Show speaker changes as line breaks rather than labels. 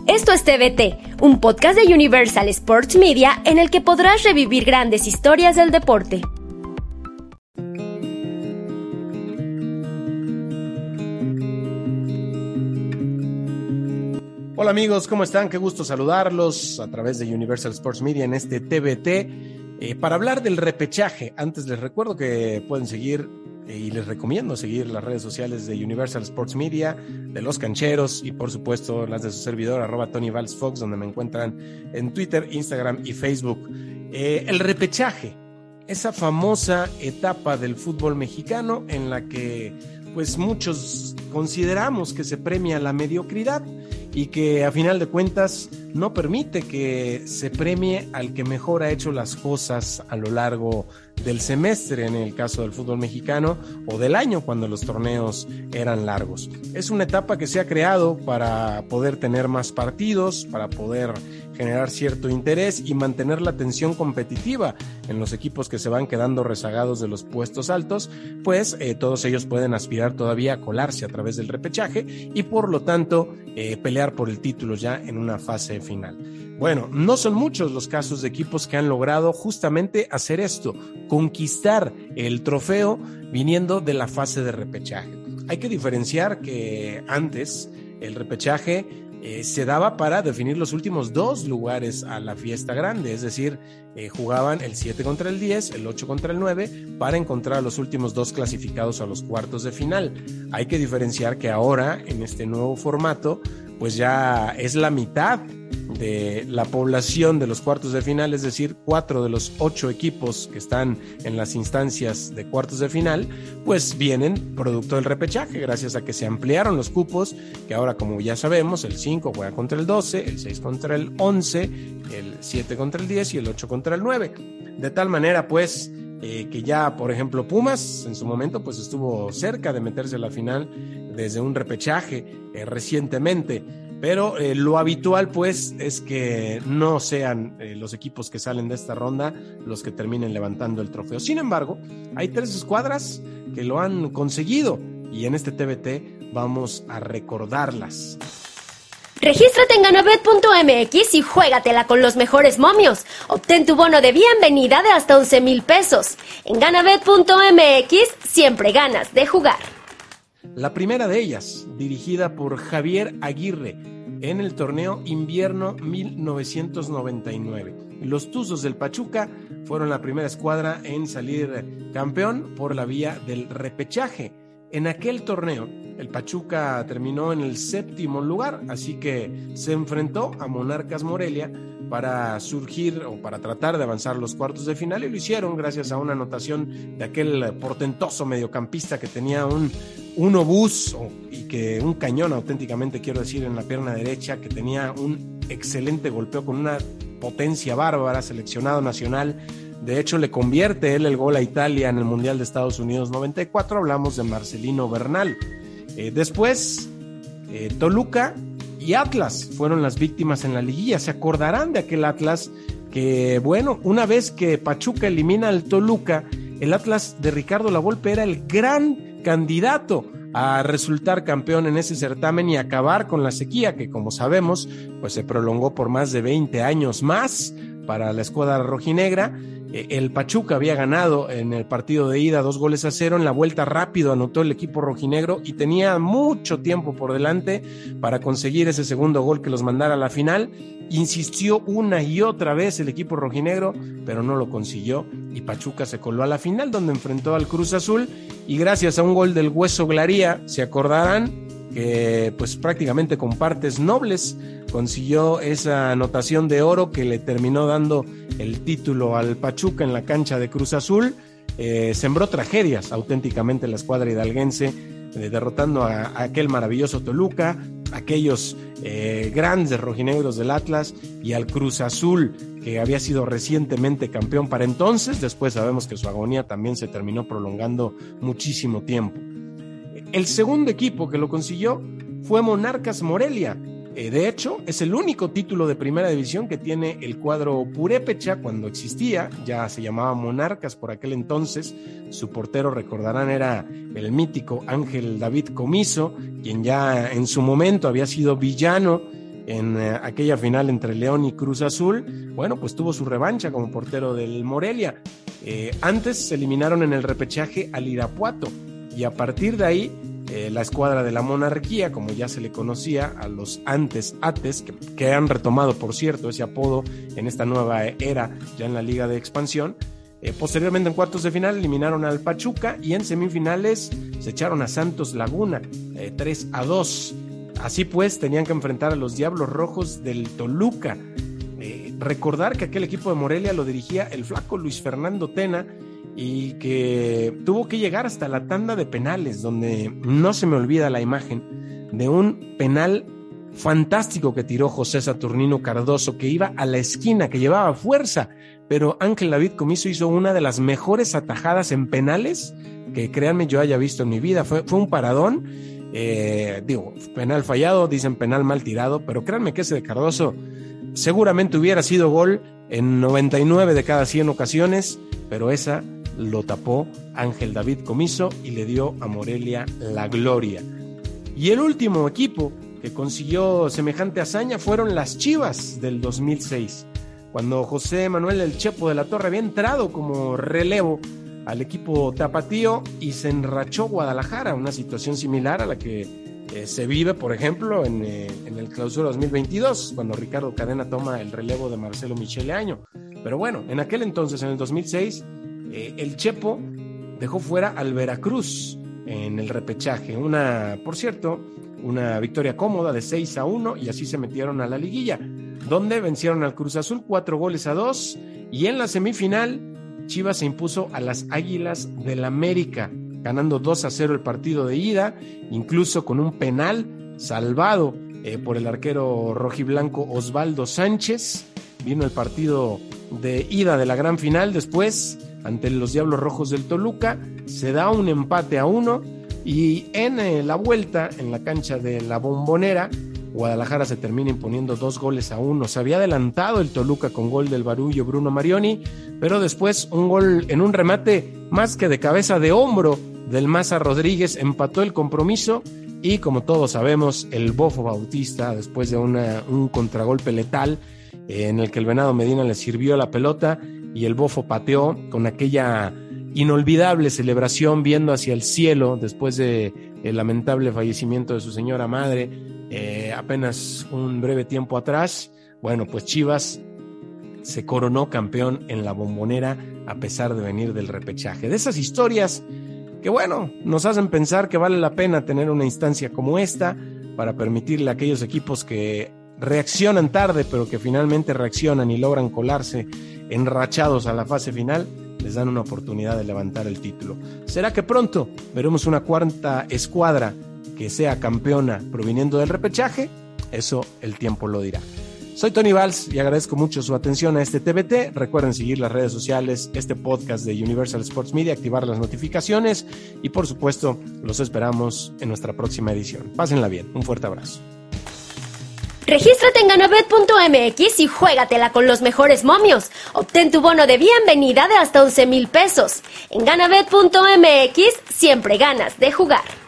Esto es TVT, un podcast de Universal Sports Media en el que podrás revivir grandes historias del deporte.
Hola amigos, ¿cómo están? Qué gusto saludarlos a través de Universal Sports Media en este TVT para hablar del repechaje. Antes les recuerdo que pueden seguir y les recomiendo seguir las redes sociales de Universal Sports Media, de Los Cancheros y por supuesto las de su servidor @TonyValsFox, donde me encuentran en Twitter, Instagram y Facebook. El repechaje, esa famosa etapa del fútbol mexicano en la que pues muchos consideramos que se premia la mediocridad y que a final de cuentas no permite que se premie al que mejor ha hecho las cosas a lo largo del semestre, en el caso del fútbol mexicano, o del año cuando los torneos eran largos. Es una etapa que se ha creado para poder tener más partidos, para poder generar cierto interés y mantener la tensión competitiva en los equipos que se van quedando rezagados de los puestos altos, pues todos ellos pueden aspirar todavía a colarse a través del repechaje y por lo tanto pelear por el título ya en una fase final. Bueno, no son muchos los casos de equipos que han logrado justamente hacer esto, conquistar el trofeo viniendo de la fase de repechaje. Hay que diferenciar que antes el repechaje se daba para definir los últimos dos lugares a la fiesta grande, es decir, jugaban el 7 contra el 10, el 8 contra el 9 para encontrar a los últimos dos clasificados a los cuartos de final. Hay que diferenciar que ahora en este nuevo formato pues ya es la mitad de la población de los cuartos de final, es decir, 4 de los 8 equipos que están en las instancias de cuartos de final, pues vienen producto del repechaje, gracias a que se ampliaron los cupos, que ahora como ya sabemos, el 5 juega contra el 12, el 6 contra el 11, el 7 contra el 10 y el 8 contra el 9. De tal manera, pues, que ya, por ejemplo, Pumas en su momento pues estuvo cerca de meterse a la final desde un repechaje recientemente, pero lo habitual pues es que no sean los equipos que salen de esta ronda los que terminen levantando el trofeo. Sin embargo, hay 3 escuadras que lo han conseguido y en este TVT vamos a recordarlas.
Regístrate en ganabet.mx y juégatela con los mejores momios. Obtén tu bono de bienvenida de hasta 11,000 pesos. En ganabet.mx siempre ganas de jugar.
La primera de ellas, dirigida por Javier Aguirre en el torneo invierno 1999. Los Tuzos del Pachuca fueron la primera escuadra en salir campeón por la vía del repechaje. En aquel torneo, el Pachuca terminó en el 7º lugar, así que se enfrentó a Monarcas Morelia para surgir o para tratar de avanzar los cuartos de final, y lo hicieron gracias a una anotación de aquel portentoso mediocampista que tenía un obús y que un cañón auténticamente, quiero decir, en la pierna derecha, que tenía un excelente golpeo con una potencia bárbara, seleccionado nacional. De hecho, le convierte él el gol a Italia en el Mundial de Estados Unidos 94. Hablamos de Marcelino Bernal. Después, Toluca y Atlas fueron las víctimas en la liguilla. Se acordarán de aquel Atlas que, bueno, una vez que Pachuca elimina al Toluca, el Atlas de Ricardo Lavolpe era el gran candidato a resultar campeón en ese certamen y acabar con la sequía que, como sabemos, pues se prolongó por más de 20 años más para la escuadra rojinegra. El Pachuca había ganado en el partido de ida 2-0, en la vuelta rápido anotó el equipo rojinegro y tenía mucho tiempo por delante para conseguir ese segundo gol que los mandara a la final. Insistió una y otra vez el equipo rojinegro, pero no lo consiguió y Pachuca se coló a la final, donde enfrentó al Cruz Azul, y gracias a un gol del Hueso Glaría, se acordarán que pues prácticamente con partes nobles consiguió esa anotación de oro que le terminó dando el título al Pachuca en la cancha de Cruz Azul. Sembró tragedias auténticamente la escuadra hidalguense, derrotando a aquel maravilloso Toluca, aquellos grandes rojinegros del Atlas y al Cruz Azul, que había sido recientemente campeón para entonces. Después sabemos que su agonía también se terminó prolongando muchísimo tiempo. El segundo equipo que lo consiguió fue Monarcas Morelia. De hecho, es el único título de primera división que tiene el cuadro purépecha cuando existía. Ya se llamaba Monarcas por aquel entonces. Su portero, recordarán, era el mítico Ángel David Comiso, quien ya en su momento había sido villano en aquella final entre León y Cruz Azul, bueno, pues tuvo su revancha como portero del Morelia. Antes se eliminaron en el repechaje al Irapuato y a partir de ahí la escuadra de la Monarquía, como ya se le conocía a los antes Ates, que han retomado, por cierto, ese apodo en esta nueva era ya en la Liga de Expansión. Posteriormente en cuartos de final eliminaron al Pachuca y en semifinales se echaron a Santos Laguna 3-2. Así pues tenían que enfrentar a los Diablos Rojos del Toluca. Recordar que aquel equipo de Morelia lo dirigía el flaco Luis Fernando Tena y que tuvo que llegar hasta la tanda de penales, donde no se me olvida la imagen de un penal fantástico que tiró José Saturnino Cardoso, que iba a la esquina, que llevaba fuerza, pero Ángel David Comiso hizo una de las mejores atajadas en penales que créanme yo haya visto en mi vida. Fue un paradón, penal fallado, dicen penal mal tirado, pero créanme que ese de Cardoso seguramente hubiera sido gol en 99 de cada 100 ocasiones, pero esa lo tapó Ángel David Comiso y le dio a Morelia la gloria. Y el último equipo que consiguió semejante hazaña fueron las Chivas del 2006, cuando José Manuel El Chepo de la Torre había entrado como relevo al equipo tapatío y se enrachó Guadalajara, una situación similar a la que se vive, por ejemplo, en el Clausura 2022, cuando Ricardo Cadena toma el relevo de Marcelo Michele Año. Pero bueno, en aquel entonces, en el 2006, el Chepo dejó fuera al Veracruz en el repechaje. Por cierto, una victoria cómoda de 6-1 y así se metieron a la liguilla, donde vencieron al Cruz Azul 4-2 y en la semifinal Chivas se impuso a las Águilas del América, ganando 2-0 el partido de ida, incluso con un penal salvado por el arquero rojiblanco Osvaldo Sánchez. Vino el partido de ida de la gran final. Después, ante los Diablos Rojos del Toluca, se da un empate a 1 y en la vuelta, en la cancha de la Bombonera, Guadalajara se termina imponiendo 2-1. Se había adelantado el Toluca con gol del barullo Bruno Marioni, pero después un gol en un remate más que de cabeza, de hombro del Maza Rodríguez empató el compromiso y, como todos sabemos, el Bofo Bautista, después de un contragolpe letal en el que el Venado Medina le sirvió la pelota y el Bofo pateó con aquella inolvidable celebración viendo hacia el cielo después de el lamentable fallecimiento de su señora madre apenas un breve tiempo atrás. Bueno, pues Chivas se coronó campeón en la Bombonera a pesar de venir del repechaje. De esas historias que, bueno, nos hacen pensar que vale la pena tener una instancia como esta para permitirle a aquellos equipos que reaccionan tarde, pero que finalmente reaccionan y logran colarse enrachados a la fase final, les dan una oportunidad de levantar el título. ¿Será que pronto veremos una cuarta escuadra que sea campeona proviniendo del repechaje? Eso el tiempo lo dirá. Soy Tony Valls y agradezco mucho su atención a este TBT. Recuerden seguir las redes sociales, este podcast de Universal Sports Media, activar las notificaciones y, por supuesto, los esperamos en nuestra próxima edición. Pásenla bien. Un fuerte abrazo.
Regístrate en ganabet.mx y juégatela con los mejores momios. Obtén tu bono de bienvenida de hasta 11,000 pesos. En ganabet.mx siempre ganas de jugar.